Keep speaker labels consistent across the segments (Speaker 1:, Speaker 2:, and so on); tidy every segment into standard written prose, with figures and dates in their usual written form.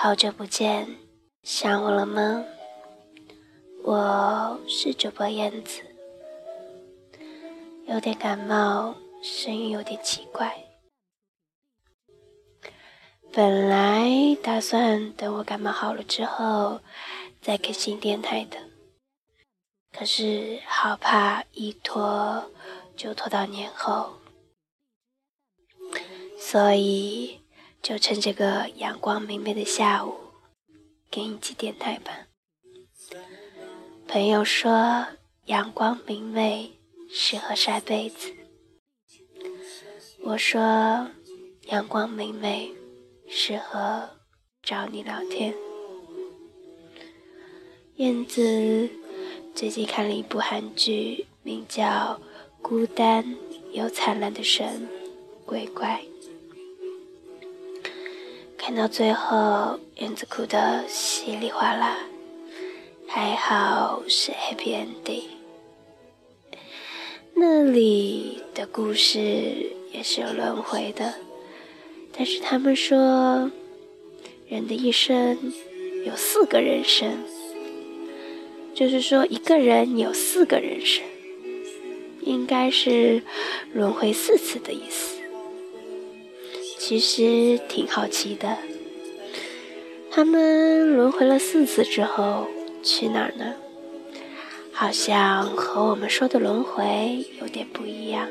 Speaker 1: 好久不见，想我了吗？我是主播燕子，有点感冒，声音有点奇怪。本来打算等我感冒好了之后再更新电台的，可是好怕一拖就拖到年后，所以就趁这个阳光明媚的下午跟一起电台吧。朋友说阳光明媚适合晒被子，我说阳光明媚适合找你聊天。燕子最近看了一部韩剧，名叫《孤单又灿烂的神鬼怪》，看到最后燕子哭得稀里哗啦，还好是 happy ending。 那里的故事也是有轮回的，但是他们说人的一生有4个人生，就是说一个人有4个人生，应该是轮回4次的意思。其实挺好奇的，他们轮回了4次之后去哪儿呢？好像和我们说的轮回有点不一样。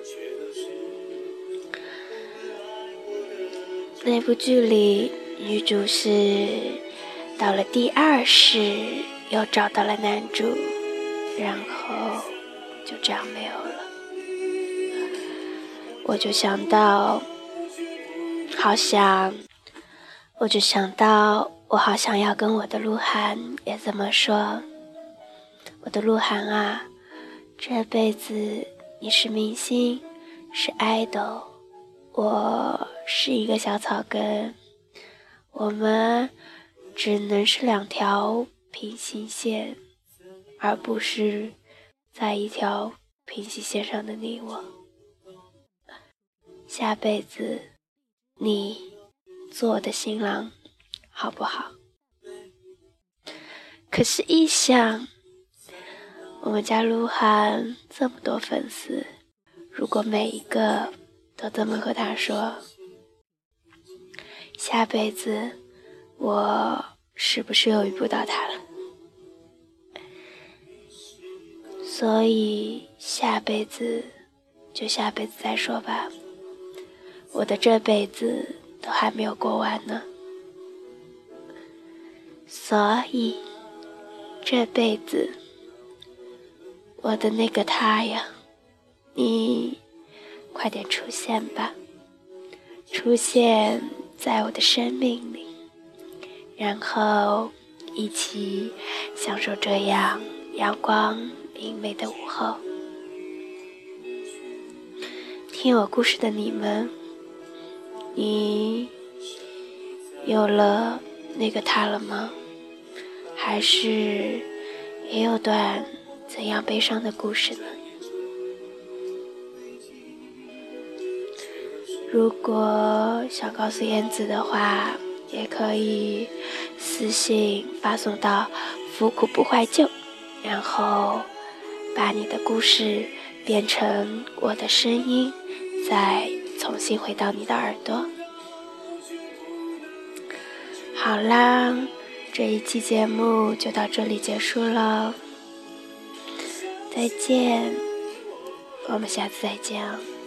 Speaker 1: 那部剧里女主是到了第2世又找到了男主，然后就这样没有了。我就想到我好想要跟我的鹿晗也这么说，我的鹿晗啊，这辈子你是明星，是 idol， 我是一个小草根，我们只能是2条平行线，而不是在一条平行线上的你我。下辈子你做我的新郎好不好？可是一想，我们家鹿晗这么多粉丝，如果每一个都这么和他说，下辈子我是不是又遇不到他了？所以下辈子就下辈子再说吧，我的这辈子都还没有过完呢。所以这辈子我的那个他呀，你快点出现吧，出现在我的生命里，然后一起享受这样阳光明媚的午后。听我故事的你们，你有了那个他了吗？还是也有段怎样悲伤的故事呢？如果想告诉燕子的话，也可以私信发送到复古不怀旧，然后把你的故事变成我的声音，再重新回到你的耳朵。好啦，这一期节目就到这里结束了，再见，我们下次再见。